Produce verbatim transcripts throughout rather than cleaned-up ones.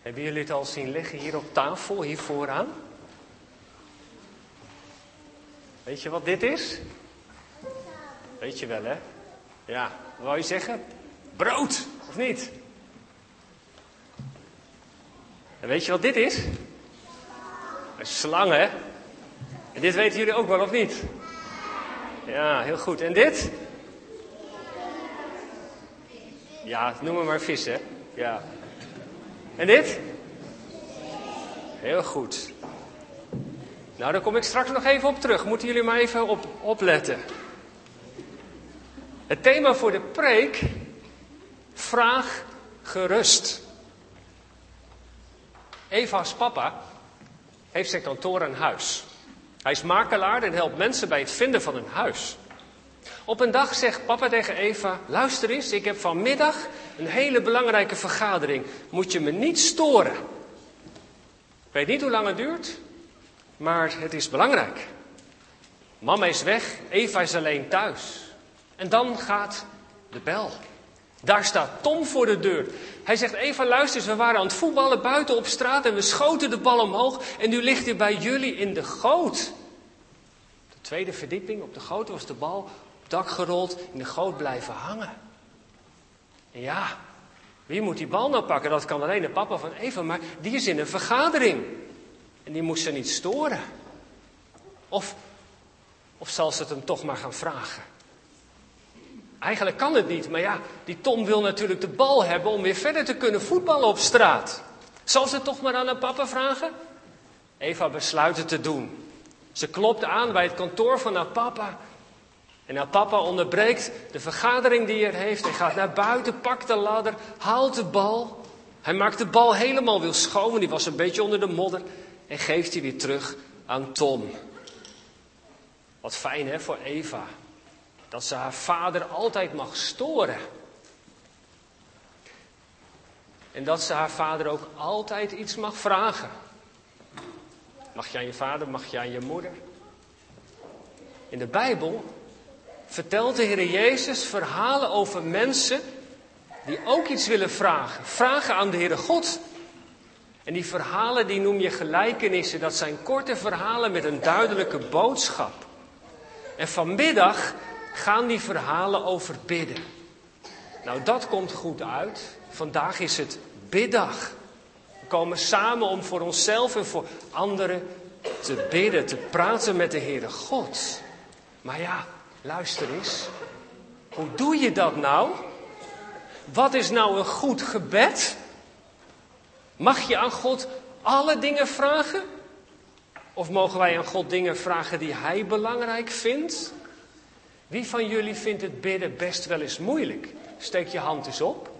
Hebben jullie het al zien liggen hier op tafel, hier vooraan? Weet je wat dit is? Weet je wel, hè? Ja, wat wou je zeggen? Brood, of niet? En weet je wat dit is? Een slang, hè? En dit weten jullie ook wel, of niet? Ja, heel goed. En dit? Ja, noem maar maar vis, hè? Ja. En dit? Heel goed. Nou, daar kom ik straks nog even op terug. Moeten jullie maar even op opletten. Het thema voor de preek: vraag gerust. Eva's papa heeft zijn kantoor aan huis. Hij is makelaar en helpt mensen bij het vinden van een huis. Op een dag zegt papa tegen Eva: luister eens, ik heb vanmiddag een hele belangrijke vergadering. Moet je me niet storen. Ik weet niet hoe lang het duurt, maar het is belangrijk. Mama is weg, Eva is alleen thuis. En dan gaat de bel. Daar staat Tom voor de deur. Hij zegt: Eva, luister eens, we waren aan het voetballen buiten op straat en we schoten de bal omhoog en nu ligt hij bij jullie in de goot. Op de tweede verdieping, op de goot, was de bal op het dak gerold, in de goot blijven hangen. En ja, wie moet die bal nou pakken? Dat kan alleen de papa van Eva, maar die is in een vergadering. En die moest ze niet storen. Of, of zal ze het hem toch maar gaan vragen? Eigenlijk kan het niet, maar ja, die Tom wil natuurlijk de bal hebben om weer verder te kunnen voetballen op straat. Zal ze het toch maar aan haar papa vragen? Eva besluit het te doen. Ze klopt aan bij het kantoor van haar papa. En haar papa onderbreekt de vergadering die hij heeft. Hij gaat naar buiten, pakt de ladder, haalt de bal. Hij maakt de bal helemaal weer schoon, want die was een beetje onder de modder. En geeft die weer terug aan Tom. Wat fijn, hè, voor Eva. Dat ze haar vader altijd mag storen. En dat ze haar vader ook altijd iets mag vragen. Mag je aan je vader, mag je aan je moeder. In de Bijbel vertelt de Heer Jezus verhalen over mensen die ook iets willen vragen. Vragen aan de Heere God. En die verhalen die noem je gelijkenissen. Dat zijn korte verhalen met een duidelijke boodschap. En vanmiddag gaan die verhalen over bidden. Nou, dat komt goed uit. Vandaag is het biddag. We komen samen om voor onszelf en voor anderen te bidden, te praten met de Heere God. Maar ja, luister eens. Hoe doe je dat nou? Wat is nou een goed gebed? Mag je aan God alle dingen vragen? Of mogen wij aan God dingen vragen die Hij belangrijk vindt? Wie van jullie vindt het bidden best wel eens moeilijk? Steek je hand eens op.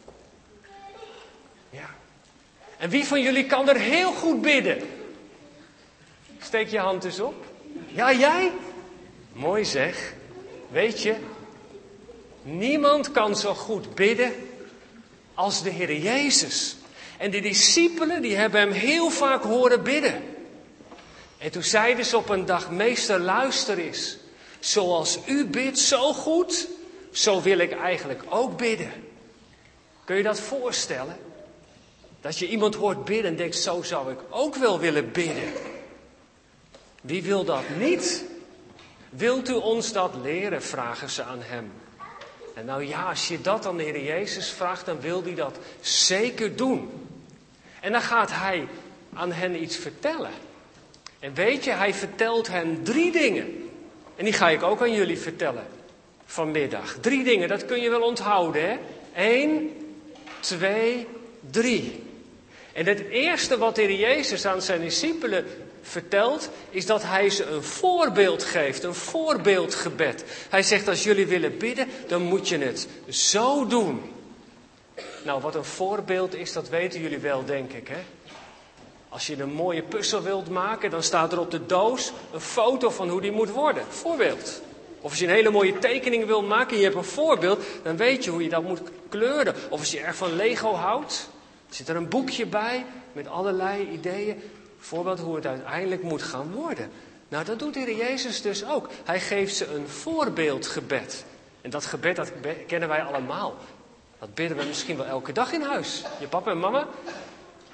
Ja. En wie van jullie kan er heel goed bidden? Steek je hand eens op. Ja, jij? Mooi zeg. Weet je, niemand kan zo goed bidden als de Heer Jezus. En de discipelen die hebben hem heel vaak horen bidden. En toen zeiden ze op een dag: meester, luister eens. Zoals u bidt zo goed, zo wil ik eigenlijk ook bidden. Kun je dat voorstellen? Dat je iemand hoort bidden en denkt: zo zou ik ook wel willen bidden. Wie wil dat niet? Wilt u ons dat leren, vragen ze aan hem. En nou ja, als je dat aan de Heer Jezus vraagt, dan wil hij dat zeker doen. En dan gaat hij aan hen iets vertellen. En weet je, hij vertelt hen drie dingen. En die ga ik ook aan jullie vertellen vanmiddag. Drie dingen, dat kun je wel onthouden, hè? Eén, twee, drie. En het eerste wat de Heer Jezus aan zijn discipelen vertelt, is dat hij ze een voorbeeld geeft, een voorbeeldgebed. Hij zegt: als jullie willen bidden, dan moet je het zo doen. Nou, wat een voorbeeld is, dat weten jullie wel, denk ik, hè? Als je een mooie puzzel wilt maken, dan staat er op de doos een foto van hoe die moet worden. Voorbeeld. Of als je een hele mooie tekening wil maken en je hebt een voorbeeld, dan weet je hoe je dat moet kleuren. Of als je erg van Lego houdt, zit er een boekje bij met allerlei ideeën. Voorbeeld hoe het uiteindelijk moet gaan worden. Nou, dat doet de Heer Jezus dus ook. Hij geeft ze een voorbeeldgebed. En dat gebed, dat kennen wij allemaal. Dat bidden we misschien wel elke dag in huis. Je papa en mama.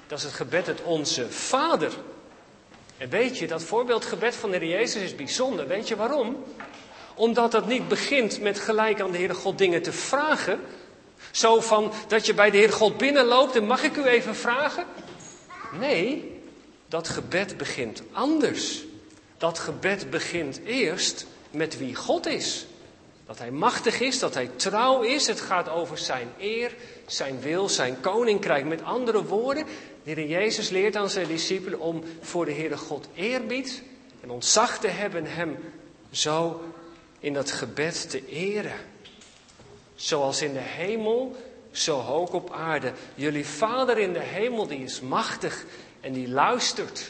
Dat is het gebed het Onze Vader. En weet je, dat voorbeeldgebed van de Heer Jezus is bijzonder. Weet je waarom? Omdat dat niet begint met gelijk aan de Heere God dingen te vragen. Zo van dat je bij de Heere God binnenloopt en mag ik u even vragen? Nee, dat gebed begint anders. Dat gebed begint eerst met wie God is. Dat hij machtig is, dat hij trouw is. Het gaat over zijn eer, zijn wil, zijn koninkrijk. Met andere woorden, de Heer Jezus leert aan zijn discipelen om voor de Heere God eerbied en ontzag te hebben hem zo in dat gebed te eren. Zoals in de hemel, zo hoog op aarde. Jullie Vader in de hemel, die is machtig en die luistert.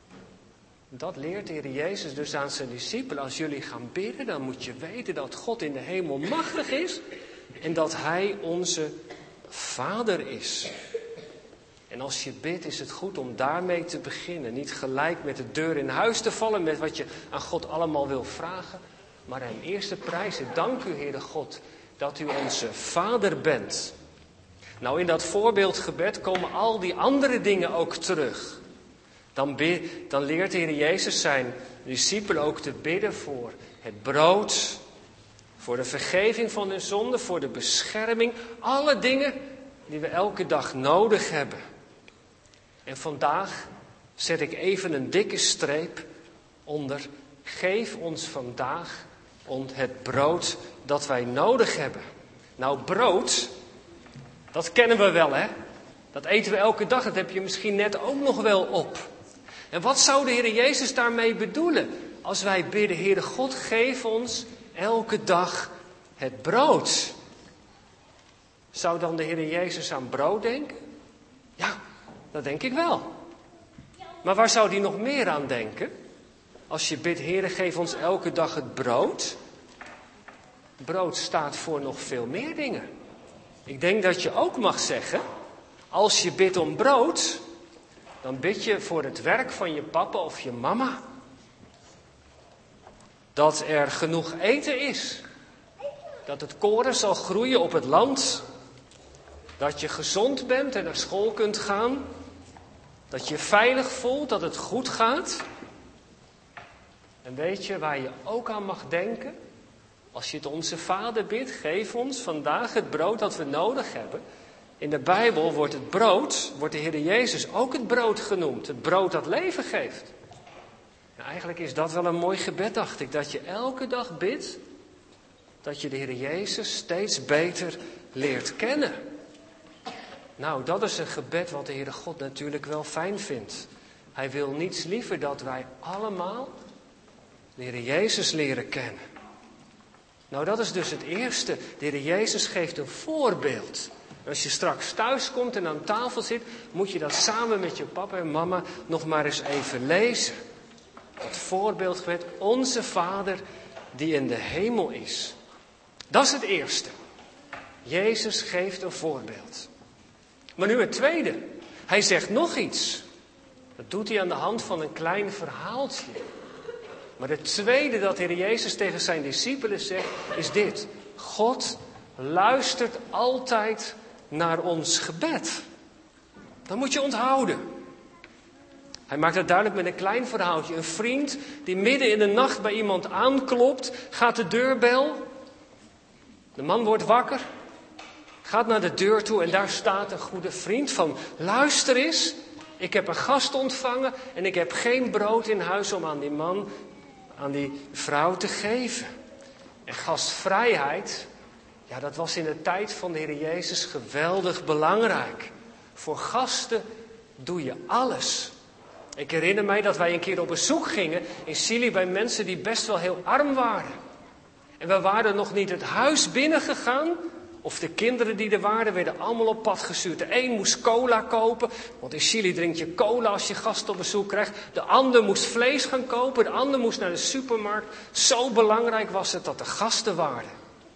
Dat leert de Heer Jezus dus aan zijn discipelen. Als jullie gaan bidden, dan moet je weten dat God in de hemel machtig is. En dat hij onze Vader is. En als je bidt, is het goed om daarmee te beginnen. Niet gelijk met de deur in huis te vallen met wat je aan God allemaal wil vragen. Maar in eerste prijzen, dank u Heere God, dat u onze Vader bent. Nou, in dat voorbeeldgebed komen al die andere dingen ook terug. Dan, bid, dan leert de Heer Jezus zijn discipelen ook te bidden voor het brood, voor de vergeving van hun zonde, voor de bescherming. Alle dingen die we elke dag nodig hebben. En vandaag zet ik even een dikke streep onder. Geef ons vandaag het brood dat wij nodig hebben. Nou, brood, dat kennen we wel, hè? Dat eten we elke dag, dat heb je misschien net ook nog wel op. En wat zou de Heer Jezus daarmee bedoelen? Als wij bidden, Heere God, geef ons elke dag het brood. Zou dan de Heer Jezus aan brood denken? Ja, dat denk ik wel. Maar waar zou hij nog meer aan denken? Als je bidt, Heere, geef ons elke dag het brood. Brood staat voor nog veel meer dingen. Ik denk dat je ook mag zeggen, als je bidt om brood, dan bid je voor het werk van je papa of je mama. Dat er genoeg eten is. Dat het koren zal groeien op het land. Dat je gezond bent en naar school kunt gaan. Dat je je veilig voelt, dat het goed gaat. En weet je waar je ook aan mag denken? Als je het Onze Vader bidt, geef ons vandaag het brood dat we nodig hebben. In de Bijbel wordt het brood, wordt de Heer Jezus ook het brood genoemd. Het brood dat leven geeft. Nou, eigenlijk is dat wel een mooi gebed, dacht ik. Dat je elke dag bidt, dat je de Heer Jezus steeds beter leert kennen. Nou, dat is een gebed wat de Heere God natuurlijk wel fijn vindt. Hij wil niets liever dat wij allemaal de Heer Jezus leren kennen. Nou, dat is dus het eerste. De Heer Jezus geeft een voorbeeld. Als je straks thuis komt en aan tafel zit, moet je dat samen met je papa en mama nog maar eens even lezen. Het voorbeeldgebed, Onze Vader die in de hemel is. Dat is het eerste. Jezus geeft een voorbeeld. Maar nu het tweede. Hij zegt nog iets. Dat doet hij aan de hand van een klein verhaaltje. Maar het tweede dat de Heer Jezus tegen zijn discipelen zegt, is dit. God luistert altijd naar ons gebed. Dat moet je onthouden. Hij maakt het duidelijk met een klein verhaaltje. Een vriend die midden in de nacht bij iemand aanklopt, gaat de deurbel. De man wordt wakker, gaat naar de deur toe en daar staat een goede vriend van. Luister eens, ik heb een gast ontvangen en ik heb geen brood in huis om aan die man, aan die vrouw te geven. En gastvrijheid, ja, dat was in de tijd van de Heer Jezus geweldig belangrijk. Voor gasten doe je alles. Ik herinner mij dat wij een keer op bezoek gingen in Chili bij mensen die best wel heel arm waren. En we waren nog niet het huis binnengegaan. Of de kinderen die er waren, werden allemaal op pad gestuurd. De een moest cola kopen, want in Chili drink je cola als je gasten op bezoek krijgt. De ander moest vlees gaan kopen, de ander moest naar de supermarkt. Zo belangrijk was het dat er gasten waren.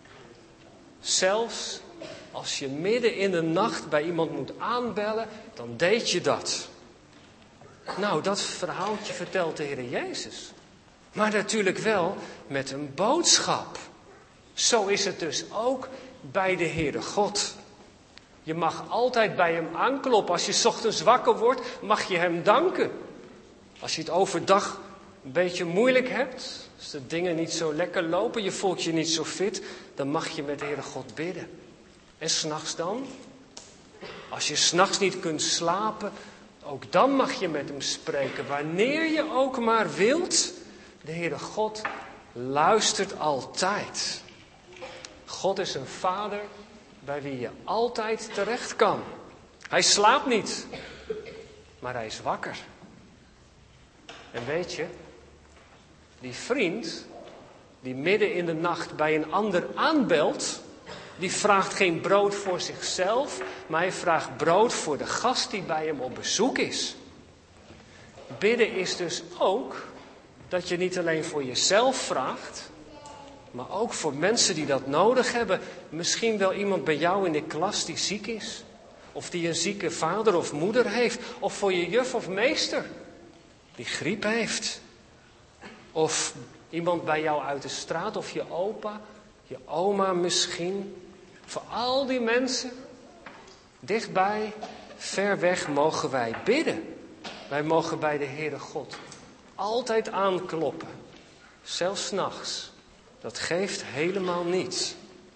Zelfs als je midden in de nacht bij iemand moet aanbellen, dan deed je dat. Nou, dat verhaaltje vertelt de Heer Jezus. Maar natuurlijk wel met een boodschap. Zo is het dus ook bij de Heere God. Je mag altijd bij hem aankloppen. Als je 's ochtends wakker wordt, mag je hem danken. Als je het overdag een beetje moeilijk hebt, als de dingen niet zo lekker lopen, je voelt je niet zo fit, dan mag je met de Heere God bidden. En 's nachts dan? Als je 's nachts niet kunt slapen, ook dan mag je met hem spreken. Wanneer je ook maar wilt, de Heere God luistert altijd. God is een vader bij wie je altijd terecht kan. Hij slaapt niet, maar hij is wakker. En weet je, die vriend die midden in de nacht bij een ander aanbelt, die vraagt geen brood voor zichzelf, maar hij vraagt brood voor de gast die bij hem op bezoek is. Bidden is dus ook dat je niet alleen voor jezelf vraagt, maar ook voor mensen die dat nodig hebben. Misschien wel iemand bij jou in de klas die ziek is. Of die een zieke vader of moeder heeft. Of voor je juf of meester die griep heeft. Of iemand bij jou uit de straat of je opa, je oma misschien. Voor al die mensen, dichtbij, ver weg, mogen wij bidden. Wij mogen bij de Heere God altijd aankloppen. Zelfs 's nachts. Dat geeft helemaal niets.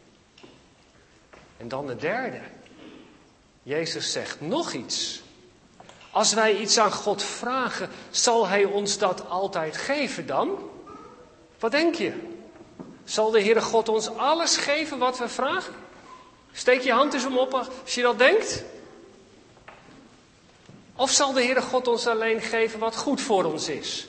En dan de derde. Jezus zegt nog iets. Als wij iets aan God vragen, zal Hij ons dat altijd geven dan? Wat denk je? Zal de Heere God ons alles geven wat we vragen? Steek je hand eens omhoog als je dat denkt. Of zal de Heere God ons alleen geven wat goed voor ons is?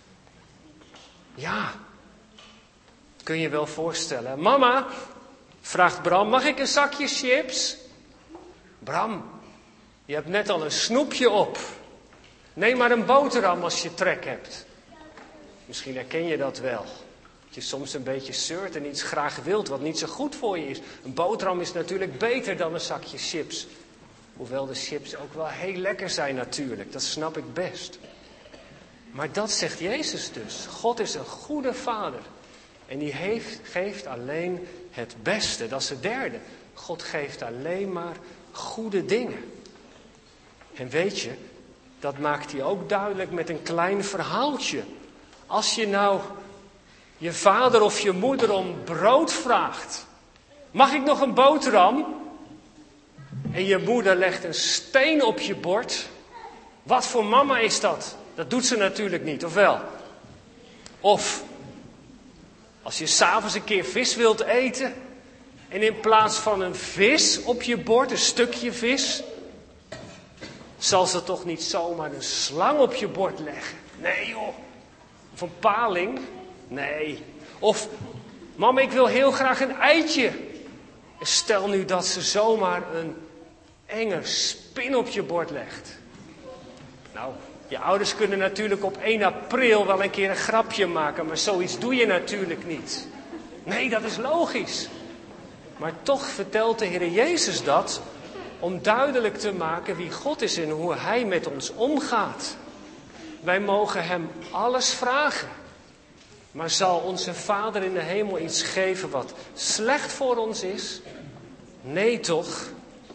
Ja, dat kun je wel voorstellen. Mama, vraagt Bram, mag ik een zakje chips? Bram, je hebt net al een snoepje op. Neem maar een boterham als je trek hebt. Misschien herken je dat wel. Dat je soms een beetje zeurt en iets graag wilt wat niet zo goed voor je is. Een boterham is natuurlijk beter dan een zakje chips. Hoewel de chips ook wel heel lekker zijn natuurlijk. Dat snap ik best. Maar dat zegt Jezus dus. God is een goede vader. En die heeft, geeft alleen het beste. Dat is het derde. God geeft alleen maar goede dingen. En weet je, dat maakt hij ook duidelijk met een klein verhaaltje. Als je nou je vader of je moeder om brood vraagt. Mag ik nog een boterham? En je moeder legt een steen op je bord. Wat voor mama is dat? Dat doet ze natuurlijk niet, of wel? Of als je 's avonds een keer vis wilt eten. En in plaats van een vis op je bord, een stukje vis, zal ze toch niet zomaar een slang op je bord leggen? Nee joh. Of een paling? Nee. Of, mama, ik wil heel graag een eitje. En stel nu dat ze zomaar een enge spin op je bord legt. Nou, je ouders kunnen natuurlijk op één april wel een keer een grapje maken, maar zoiets doe je natuurlijk niet. Nee, dat is logisch. Maar toch vertelt de Heer Jezus dat om duidelijk te maken wie God is en hoe Hij met ons omgaat. Wij mogen Hem alles vragen. Maar zal onze Vader in de hemel iets geven wat slecht voor ons is? Nee toch?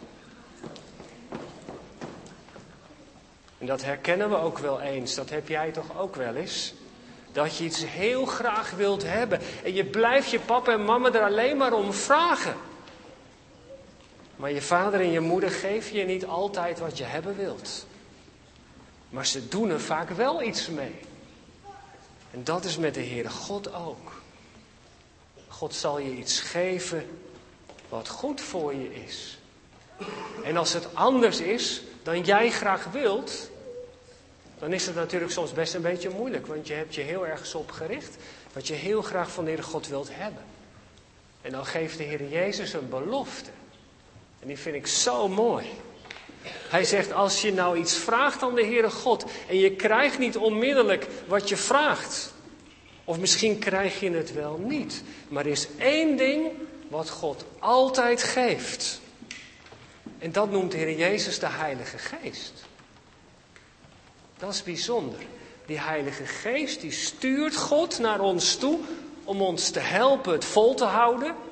En dat herkennen we ook wel eens. Dat heb jij toch ook wel eens? Dat je iets heel graag wilt hebben. En je blijft je papa en mama er alleen maar om vragen. Maar je vader en je moeder geven je niet altijd wat je hebben wilt. Maar ze doen er vaak wel iets mee. En dat is met de Heere God ook. God zal je iets geven wat goed voor je is. En als het anders is dan jij graag wilt, dan is het natuurlijk soms best een beetje moeilijk. Want je hebt je heel ergens op gericht wat je heel graag van de Heere God wilt hebben. En dan geeft de Heer Jezus een belofte. En die vind ik zo mooi. Hij zegt, als je nou iets vraagt aan de Heere God en je krijgt niet onmiddellijk wat je vraagt. Of misschien krijg je het wel niet. Maar er is één ding wat God altijd geeft. En dat noemt de Heer Jezus de Heilige Geest. Dat is bijzonder. Die Heilige Geest die stuurt God naar ons toe om ons te helpen het vol te houden.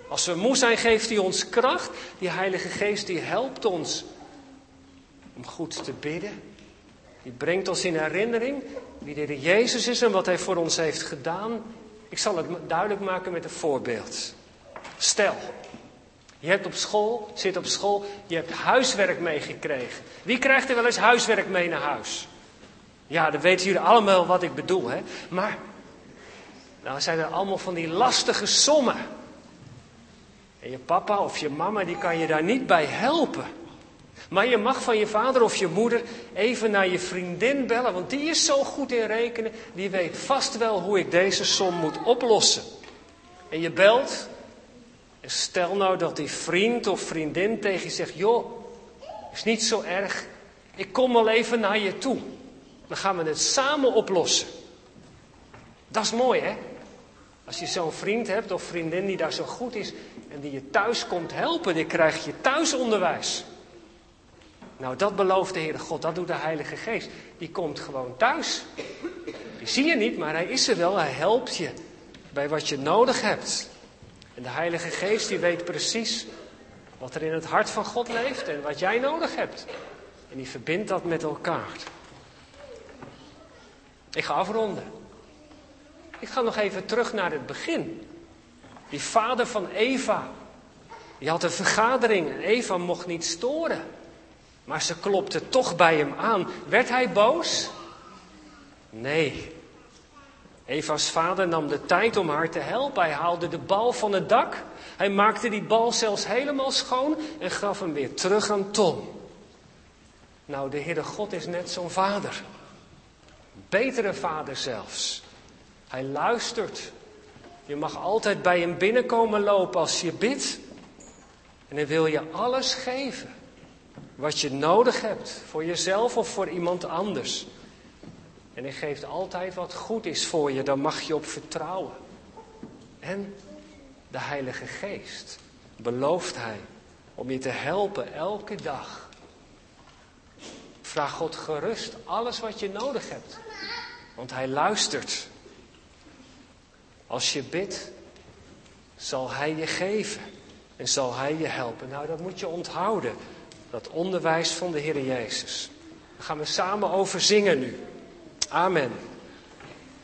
Als we moe zijn, geeft hij ons kracht. Die Heilige Geest die helpt ons om goed te bidden. Die brengt ons in herinnering wie de Heer Jezus is en wat hij voor ons heeft gedaan. Ik zal het duidelijk maken met een voorbeeld. Stel, je hebt op school, zit op school, je hebt huiswerk meegekregen. Wie krijgt er wel eens huiswerk mee naar huis? Ja, dan weten jullie allemaal wat ik bedoel, hè. Maar, nou zijn er allemaal van die lastige sommen. En je papa of je mama, die kan je daar niet bij helpen. Maar je mag van je vader of je moeder even naar je vriendin bellen, want die is zo goed in rekenen, die weet vast wel hoe ik deze som moet oplossen. En je belt, en stel nou dat die vriend of vriendin tegen je zegt, joh, is niet zo erg, ik kom wel even naar je toe. Dan gaan we het samen oplossen. Dat is mooi, hè? Als je zo'n vriend hebt of vriendin die daar zo goed is en die je thuis komt helpen, dan krijg je thuisonderwijs. Nou, dat belooft de Heere God, dat doet de Heilige Geest. Die komt gewoon thuis. Die zie je niet, maar hij is er wel. Hij helpt je bij wat je nodig hebt. En de Heilige Geest die weet precies wat er in het hart van God leeft en wat jij nodig hebt. En die verbindt dat met elkaar. Ik ga afronden. Ik ga nog even terug naar het begin. Die vader van Eva, die had een vergadering en Eva mocht niet storen. Maar ze klopte toch bij hem aan. Werd hij boos? Nee. Eva's vader nam de tijd om haar te helpen. Hij haalde de bal van het dak. Hij maakte die bal zelfs helemaal schoon en gaf hem weer terug aan Tom. Nou, de Heere God is net zo'n vader. Een betere vader zelfs. Hij luistert. Je mag altijd bij hem binnenkomen lopen als je bidt. En hij wil je alles geven. Wat je nodig hebt. Voor jezelf of voor iemand anders. En hij geeft altijd wat goed is voor je. Daar mag je op vertrouwen. En de Heilige Geest belooft hij om je te helpen elke dag. Vraag God gerust alles wat je nodig hebt. Want hij luistert. Als je bidt, zal hij je geven. En zal hij je helpen. Nou, dat moet je onthouden. Dat onderwijs van de Heer Jezus. Daar gaan we samen over zingen nu. Amen.